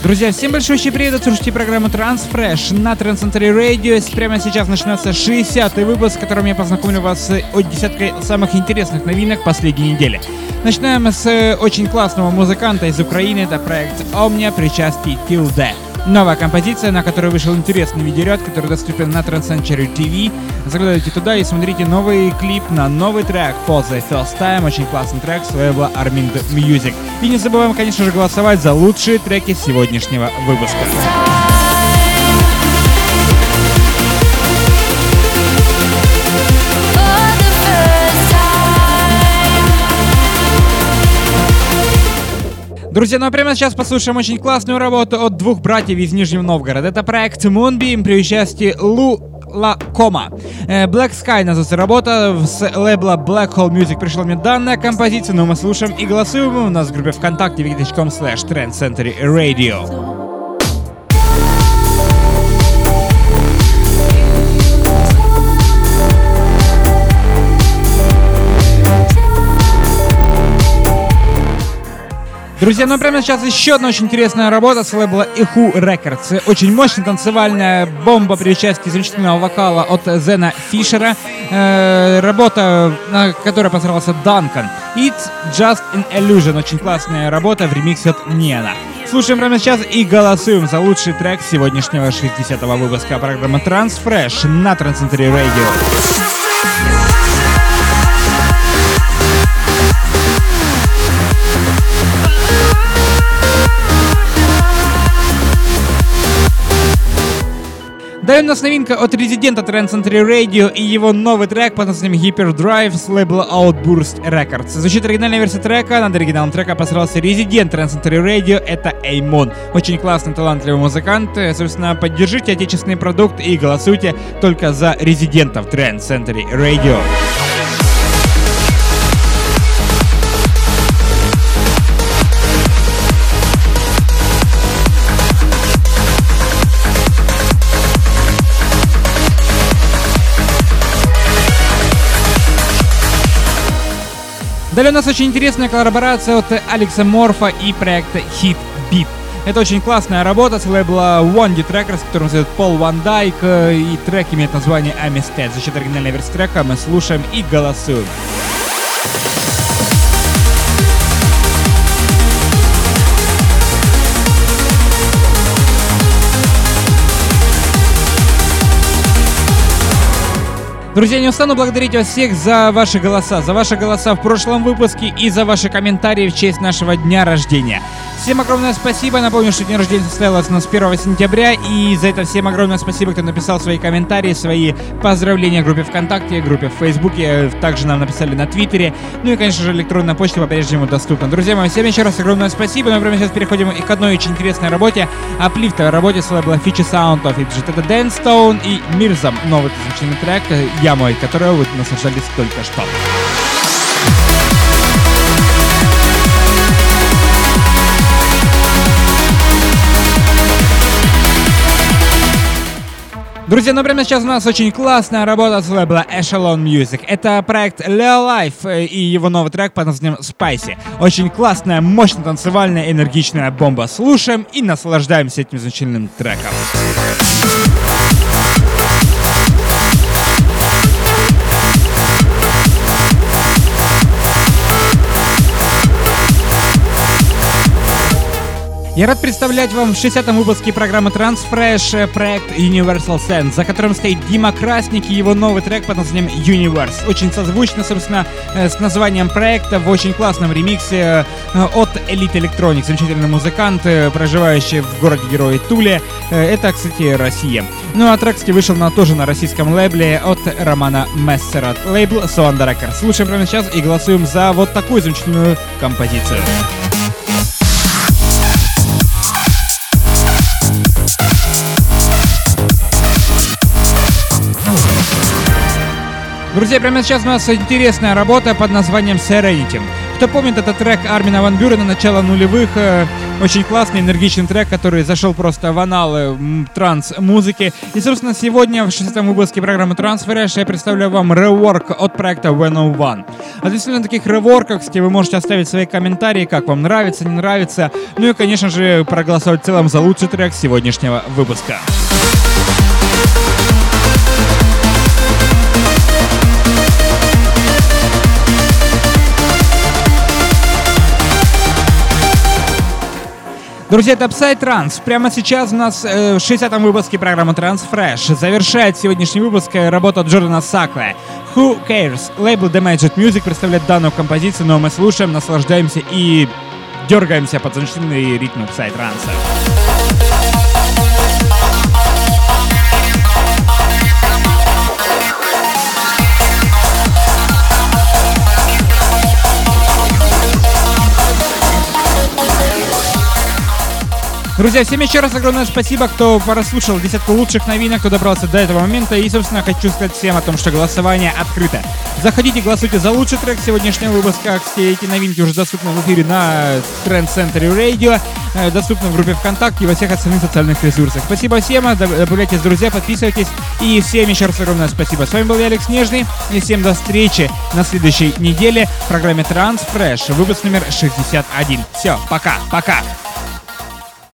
Друзья, всем большой привет, слушайте программу Transfresh на Trendcentre Radio. Прямо сейчас начинается 60-й выпуск, в котором я познакомлю вас с десяткой самых интересных новинок последней недели. Начинаем с очень классного музыканта из Украины, это проект Omnia при части Till Death. Новая композиция, на которой вышел интересный видеоряд, который доступен на Trendcentre TV. Заглядывайте туда и смотрите новый клип на новый трек For the First Time. Очень классный трек с лейбла Armin Music. И не забываем, конечно же, голосовать за лучшие треки сегодняшнего выпуска. Друзья, ну а прямо сейчас послушаем очень классную работу от двух братьев из Нижнего Новгорода. Это проект Moonbeam при участии Лакома. Black Sky называется работа, с лейбла Black Hole Music пришла мне данная композиция, но мы слушаем и голосуем у нас в группе ВКонтакте wiki.com/Trendcentre Radio. Друзья, ну прямо сейчас еще одна очень интересная работа с лейбла Ihu Records. Очень мощная танцевальная бомба при участии замечательного вокала от Зена Фишера. Работа, на которой постарался Данкан. It's Just an Illusion. Очень классная работа в ремиксе от Ниана. Слушаем прямо сейчас и голосуем за лучший трек сегодняшнего 60-го выпуска программы Transfresh на Trendcentre Radio. Далее у нас новинка от резидента Trendcentre Radio и его новый трек под названием Hyperdrive с лейбла Outburst Records. Звучит оригинальная версия трека, над оригиналом трека постарался резидент Trendcentre Radio, это Эймон. Очень классный, талантливый музыкант. Собственно, поддержите отечественный продукт и голосуйте только за резидентов Trendcentre Radio. Далее у нас очень интересная коллаборация от Алекса Морфа и проекта Hit Beat. Это очень классная работа с лейбла One Dit Records, которым зовут Пол Ван Дайк, и трек имеет название Amistad. За счет оригинальной версии трека мы слушаем и голосуем. Друзья, не устану благодарить вас всех за ваши голоса в прошлом выпуске и за ваши комментарии в честь нашего дня рождения. Всем огромное спасибо. Напомню, что день рождения состоялся у нас 1 сентября, и за это всем огромное спасибо, кто написал свои комментарии, свои поздравления в группе ВКонтакте, в группе в Фейсбуке, также нам написали на Твиттере, ну и, конечно же, электронная почта по-прежнему доступна. Друзья мои, всем еще раз огромное спасибо. Мы прямо сейчас переходим к одной очень интересной работе, аплифтовой работе с лейбла Future Sound of It. Это Dance и Мирзам, новый замечательный трек «Я мой», которого вы наслаждались только что. Друзья, ну прямо сейчас у нас очень классная работа с лейбла Echelon Music. Это проект Leo Life и его новый трек под названием Spicy. Очень классная, мощная, танцевальная, энергичная бомба. Слушаем и наслаждаемся этим замечательным треком. Я рад представлять вам в 60-м выпуске программы Transfresh проект Universal Sense, за которым стоит Дима Красник и его новый трек под названием Universe. Очень созвучно, собственно, с названием проекта в очень классном ремиксе от Elite Electronics. Замечательный музыкант, проживающий в городе-герое Туле. Это, кстати, Россия. Ну а трек, кстати, вышел тоже на российском лейбле от Романа Мессера. Лейбл Sound Records. Слушаем прямо сейчас и голосуем за вот такую замечательную композицию. Друзья, прямо сейчас у нас интересная работа под названием Serenity. Кто кто помнит, это трек Армина ван Бюрена начала нулевых. Очень классный, энергичный трек, который зашел просто в аналы транс-музыки. И, собственно, сегодня в 60-м выпуске программы Transfresh я представляю вам реворк от проекта Venom One. Относительно таких реворков, кстати, вы можете оставить свои комментарии, как вам нравится, не нравится. Ну и, конечно же, проголосовать в целом за лучший трек сегодняшнего выпуска. Друзья, это Psytrance. Прямо сейчас у нас в 60-м выпуске программы Transfresh завершает сегодняшний выпуск работа Джордана Сакла. Who Cares? Лейбл Damaged Music представляет данную композицию, но мы слушаем, наслаждаемся и дергаемся под значительные ритмы Psytrance. Друзья, всем еще раз огромное спасибо, кто прослушал десятку лучших новинок, кто добрался до этого момента. И, собственно, хочу сказать всем о том, что голосование открыто. Заходите, голосуйте за лучший трек сегодняшнего выпуска. Все эти новинки уже доступны в эфире на Trend Center Radio, доступны в группе ВКонтакте и во всех остальных социальных ресурсах. Спасибо всем, добавляйтесь, друзья, подписывайтесь. И всем еще раз огромное спасибо. С вами был я, Алекс Нежный. И всем до встречи на следующей неделе в программе Transfresh, выпуск номер 61. Все, пока.